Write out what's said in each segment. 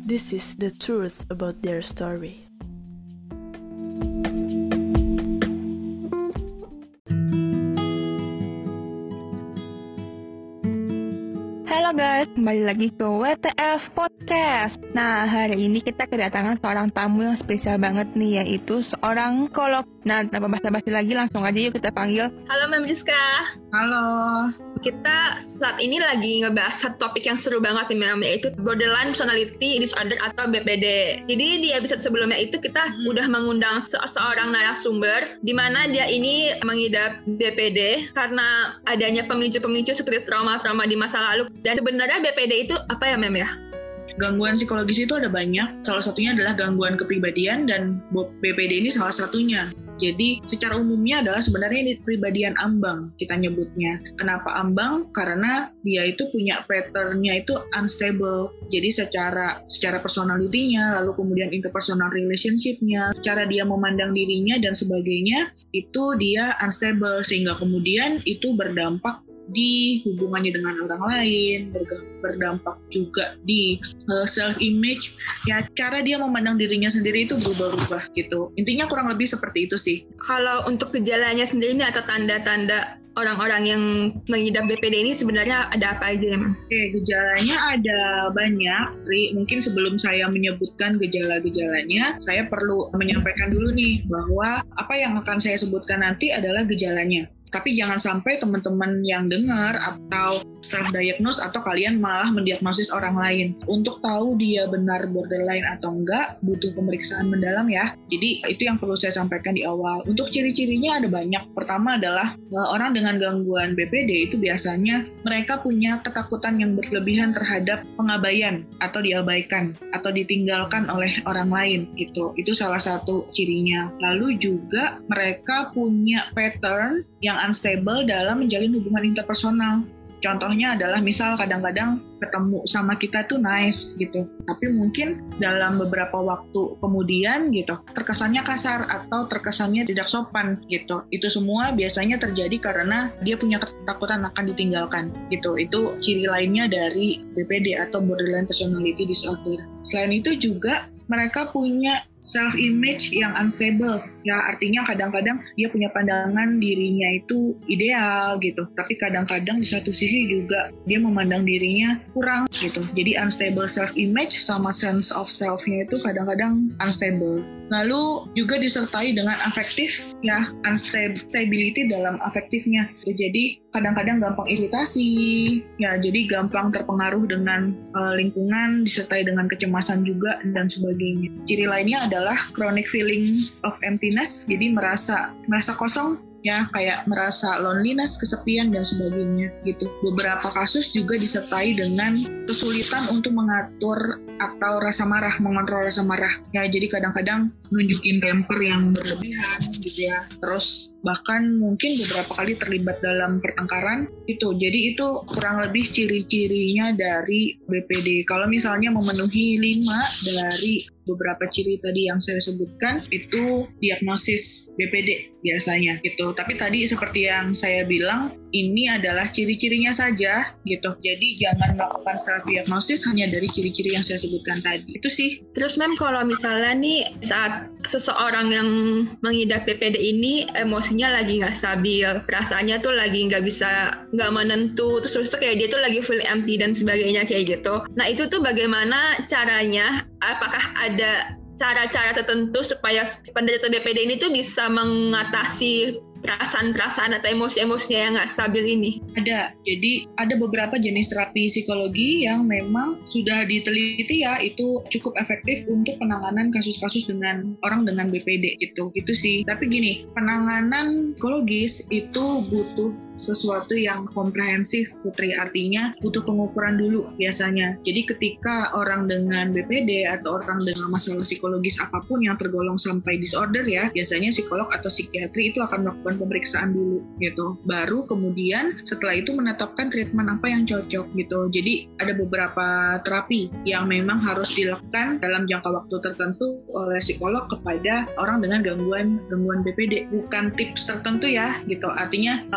This is the truth about their story. Halo guys, kembali lagi ke WTF Podcast. Nah, hari ini kita kedatangan seorang tamu yang spesial banget nih, yaitu seorang psikolog. Nah, tanpa basa-basi lagi, langsung aja yuk kita panggil. Halo Mem Rizka. Halo. Kita saat ini lagi ngebahas satu topik yang seru banget nih Mem, yaitu Borderline Personality Disorder atau BPD. Jadi di episode sebelumnya itu kita udah mengundang seorang narasumber di mana dia ini mengidap BPD karena adanya pemicu-pemicu seperti trauma-trauma di masa lalu. Dan sebenarnya BPD itu apa ya Mem ya? Gangguan psikologis itu ada banyak. Salah satunya adalah gangguan kepribadian dan BPD ini salah satunya. Jadi secara umumnya adalah sebenarnya ini kepribadian ambang kita nyebutnya. Kenapa ambang? Karena dia itu punya pattern-nya itu unstable. Jadi secara personality-nya, lalu kemudian interpersonal relationship-nya, cara dia memandang dirinya dan sebagainya, itu dia unstable. Sehingga kemudian itu berdampak di hubungannya dengan orang lain, berdampak juga di self-image, ya cara dia memandang dirinya sendiri itu berubah-ubah gitu. Intinya kurang lebih seperti itu sih. Kalau untuk gejalanya sendiri atau tanda-tanda orang-orang yang mengidap BPD ini sebenarnya ada apa aja emang? Gejalanya ada banyak. Mungkin sebelum saya menyebutkan gejala-gejalanya, saya perlu menyampaikan dulu nih bahwa apa yang akan saya sebutkan nanti adalah gejalanya. Tapi jangan sampai teman-teman yang dengar atau self-diagnose atau kalian malah mendiagnosis orang lain. Untuk tahu dia benar borderline atau enggak, butuh pemeriksaan mendalam ya. Jadi itu yang perlu saya sampaikan di awal. Untuk ciri-cirinya ada banyak. Pertama adalah orang dengan gangguan BPD itu biasanya mereka punya ketakutan yang berlebihan terhadap pengabaian atau diabaikan atau ditinggalkan oleh orang lain gitu. Itu salah satu cirinya. Lalu juga mereka punya pattern yang unstable dalam menjalin hubungan interpersonal. Contohnya adalah misal kadang-kadang ketemu sama kita tuh nice gitu, tapi mungkin dalam beberapa waktu kemudian gitu terkesannya kasar atau terkesannya tidak sopan gitu. Itu semua biasanya terjadi karena dia punya ketakutan akan ditinggalkan gitu. Itu ciri lainnya dari BPD atau Borderline Personality Disorder. Selain itu juga mereka punya self-image yang unstable, ya artinya kadang-kadang dia punya pandangan dirinya itu ideal gitu, tapi kadang-kadang di satu sisi juga dia memandang dirinya kurang gitu. Jadi unstable self-image sama sense of self-nya itu kadang-kadang unstable. Lalu juga disertai dengan afektif, ya instability dalam afektifnya. Jadi kadang-kadang gampang iritasi, ya jadi gampang terpengaruh dengan lingkungan, disertai dengan kecemasan juga dan sebagainya. Ciri lainnya adalah chronic feelings of emptiness, jadi merasa kosong, ya kayak merasa loneliness, kesepian dan sebagainya gitu. Beberapa kasus juga disertai dengan kesulitan untuk mengatur atau mengontrol rasa marah. Ya jadi kadang-kadang nunjukin temper yang berlebihan gitu ya. Terus bahkan mungkin beberapa kali terlibat dalam pertengkaran itu. Jadi itu kurang lebih ciri-cirinya dari BPD. Kalau misalnya memenuhi 5 dari beberapa ciri tadi yang saya sebutkan, itu diagnosis BPD biasanya gitu. Tapi tadi seperti yang saya bilang, ini adalah ciri-cirinya saja gitu. Jadi jangan melakukan self-diagnosis hanya dari ciri-ciri yang saya sebutkan tadi. Itu sih. Terus Mem, kalau misalnya nih saat seseorang yang mengidap BPD ini emosinya lagi nggak stabil, perasaannya tuh lagi nggak menentu, terus kayak dia tuh lagi feel empty dan sebagainya kayak gitu. Nah itu tuh bagaimana caranya? Apakah ada cara-cara tertentu supaya penderita BPD ini tuh bisa mengatasi perasaan-perasaan atau emosi-emosinya yang nggak stabil ini? Ada. Jadi ada beberapa jenis terapi psikologi yang memang sudah diteliti ya, itu cukup efektif untuk penanganan kasus-kasus dengan orang dengan BPD gitu. Itu sih. Tapi gini, penanganan psikologis itu butuh sesuatu yang komprehensif, Putri. Artinya butuh pengukuran dulu biasanya. Jadi ketika orang dengan BPD atau orang dengan masalah psikologis apapun yang tergolong sampai disorder ya, biasanya psikolog atau psikiatri itu akan melakukan pemeriksaan dulu gitu. Baru kemudian setelah itu menetapkan treatment apa yang cocok gitu. Jadi ada beberapa terapi yang memang harus dilakukan dalam jangka waktu tertentu oleh psikolog kepada orang dengan gangguan BPD. Bukan tips tertentu ya gitu. Artinya orang dengan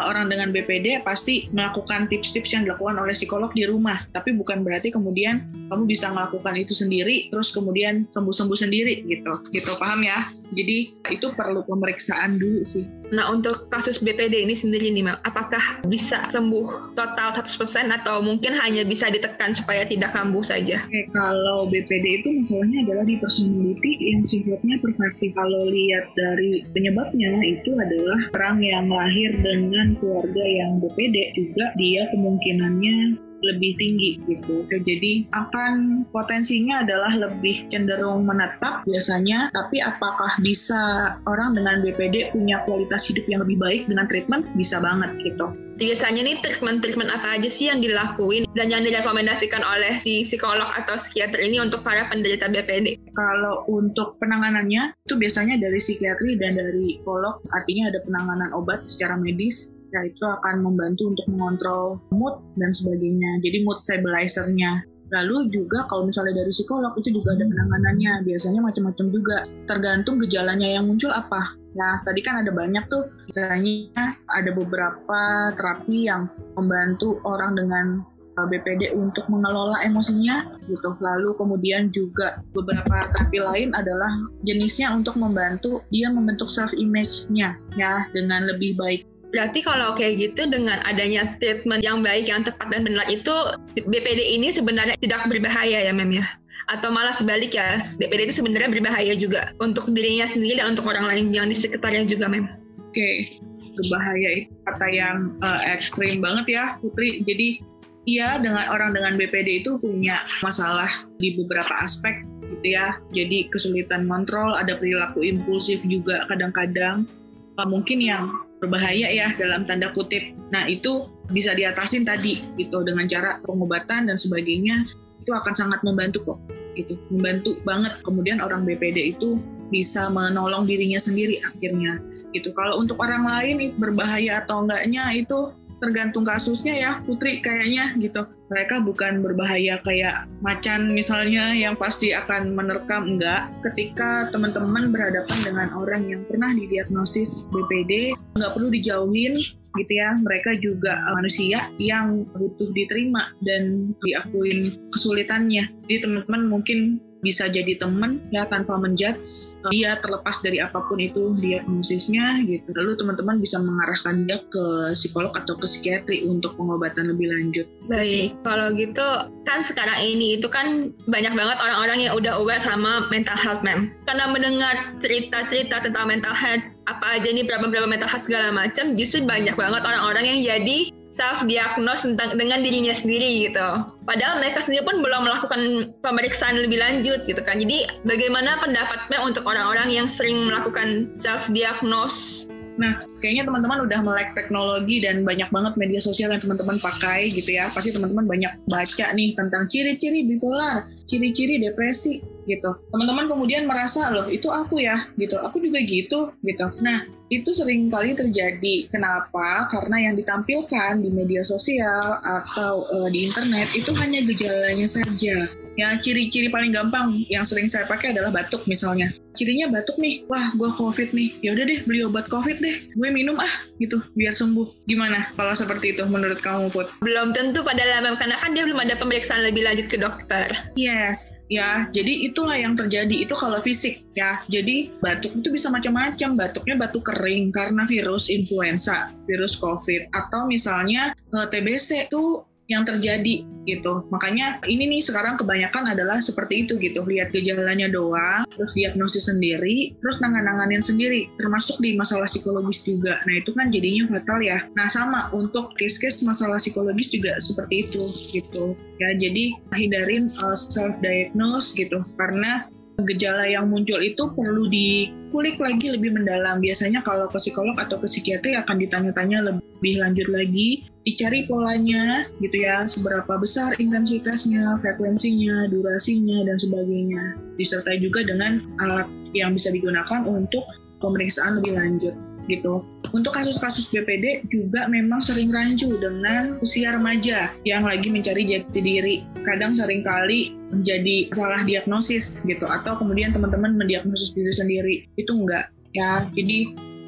dengan BPD pasti melakukan tips-tips yang dilakukan oleh psikolog di rumah, tapi bukan berarti kemudian kamu bisa melakukan itu sendiri terus kemudian sembuh-sembuh sendiri gitu, paham ya? Jadi itu perlu pemeriksaan dulu sih. Nah, untuk kasus BPD ini sendiri nih, Mam, apakah bisa sembuh total 100% atau mungkin hanya bisa ditekan supaya tidak kambuh saja? Kalau BPD itu masalahnya adalah di personality yang sifatnya pervasif. Kalau lihat dari penyebabnya itu adalah orang yang lahir dengan keluarga yang BPD juga dia kemungkinannya lebih tinggi gitu. Jadi akan potensinya adalah lebih cenderung menetap biasanya, tapi apakah bisa orang dengan BPD punya kualitas hidup yang lebih baik dengan treatment? Bisa banget gitu. Biasanya nih treatment apa aja sih yang dilakuin dan yang direkomendasikan oleh si psikolog atau psikiater ini untuk para penderita BPD? Kalau untuk penanganannya itu biasanya dari psikiatri dan dari psikolog, artinya ada penanganan obat secara medis. Ya, itu akan membantu untuk mengontrol mood dan sebagainya. Jadi mood stabilizer-nya. Lalu juga kalau misalnya dari psikolog itu juga ada penanganannya. Biasanya macam-macam juga. Tergantung gejalanya yang muncul apa. Nah, tadi kan ada banyak tuh. Misalnya ada beberapa terapi yang membantu orang dengan BPD untuk mengelola emosinya gitu. Lalu kemudian juga beberapa terapi lain adalah jenisnya untuk membantu dia membentuk self image-nya ya dengan lebih baik. Berarti kalau kayak gitu dengan adanya treatment yang baik, yang tepat dan benar itu BPD ini sebenarnya tidak berbahaya ya, Mem ya? Atau malah sebalik ya, BPD itu sebenarnya berbahaya juga untuk dirinya sendiri dan untuk orang lain yang di sekitarnya juga, Mem? Oke, berbahaya itu kata yang ekstrim banget ya, Putri. Jadi iya, dengan orang dengan BPD itu punya masalah di beberapa aspek gitu ya. Jadi kesulitan kontrol, ada perilaku impulsif juga kadang-kadang. Mungkin yang berbahaya ya dalam tanda kutip. Nah itu bisa diatasin tadi gitu dengan cara pengobatan dan sebagainya, itu akan sangat membantu kok gitu, membantu banget. Kemudian orang BPD itu bisa menolong dirinya sendiri akhirnya gitu. Kalau untuk orang lain berbahaya atau enggaknya itu tergantung kasusnya ya Putri kayaknya gitu. Mereka bukan berbahaya kayak macan misalnya yang pasti akan menerkam, enggak. Ketika teman-teman berhadapan dengan orang yang pernah didiagnosis BPD, enggak perlu dijauhin gitu ya. Mereka juga manusia yang butuh diterima dan diakuin kesulitannya. Jadi teman-teman mungkin bisa jadi teman ya tanpa menjudge dia terlepas dari apapun itu diagnosisnya gitu. Lalu teman-teman bisa mengarahkan dia ke psikolog atau ke psikiatri untuk pengobatan lebih lanjut. Baik, kalau gitu kan sekarang ini itu kan banyak banget orang-orang yang udah aware sama mental health, Mem. Karena mendengar cerita-cerita tentang mental health, apa aja nih berapa mental health segala macam, justru banyak banget orang-orang yang jadi self-diagnose dengan dirinya sendiri gitu. Padahal mereka sendiri pun belum melakukan pemeriksaan lebih lanjut gitu kan. Jadi bagaimana pendapatnya untuk orang-orang yang sering melakukan self-diagnose? Nah, kayaknya teman-teman udah melek teknologi dan banyak banget media sosial yang teman-teman pakai gitu ya. Pasti teman-teman banyak baca nih tentang ciri-ciri bipolar, ciri-ciri depresi gitu. Teman-teman kemudian merasa loh itu aku ya gitu, aku juga gitu. Nah, itu sering kali terjadi. Kenapa? Karena yang ditampilkan di media sosial atau di internet itu hanya gejalanya saja. Ya, ciri-ciri paling gampang yang sering saya pakai adalah batuk misalnya. Cirinya batuk nih, wah gue COVID nih, ya udah deh beli obat COVID deh, gue minum gitu biar sembuh. Gimana kalau seperti itu menurut kamu Put? Belum tentu padahal karena kan dia belum ada pemeriksaan lebih lanjut ke dokter. Yes, ya jadi itulah yang terjadi itu kalau fisik ya. Jadi batuk itu bisa macam-macam, batuknya batuk kering karena virus influenza, virus COVID, atau misalnya TBC tuh yang terjadi gitu. Makanya ini nih sekarang kebanyakan adalah seperti itu gitu. Lihat gejalanya doang, terus diagnosis sendiri, terus nanganin sendiri, termasuk di masalah psikologis juga. Nah itu kan jadinya fatal ya. Nah sama untuk case-case masalah psikologis juga seperti itu gitu. Ya jadi hindarin self-diagnose gitu. Karena gejala yang muncul itu perlu dikulik lagi lebih mendalam. Biasanya kalau ke psikolog atau ke psikiatri akan ditanya-tanya lebih lanjut lagi, dicari polanya gitu ya, seberapa besar intensitasnya, frekuensinya, durasinya, dan sebagainya. Disertai juga dengan alat yang bisa digunakan untuk pemeriksaan lebih lanjut gitu. Untuk kasus-kasus BPD juga memang sering rancu dengan usia remaja yang lagi mencari jati diri. Kadang seringkali menjadi salah diagnosis gitu, atau kemudian teman-teman mendiagnosis diri sendiri. Itu enggak ya. Jadi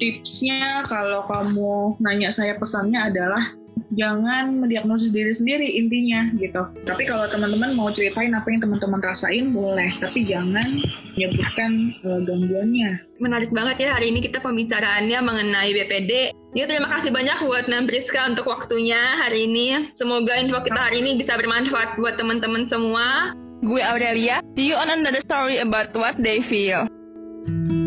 tipsnya kalau kamu nanya saya, pesannya adalah jangan mendiagnosis diri sendiri intinya gitu. Tapi kalau teman-teman mau ceritain apa yang teman-teman rasain boleh, tapi jangan menyebutkan gangguannya. Menarik banget ya hari ini kita pembicaraannya mengenai BPD. Ya, terima kasih banyak buat Priska untuk waktunya hari ini. Semoga info kita hari ini bisa bermanfaat buat teman-teman semua. Gue Aurelia, see you on another story about what they feel.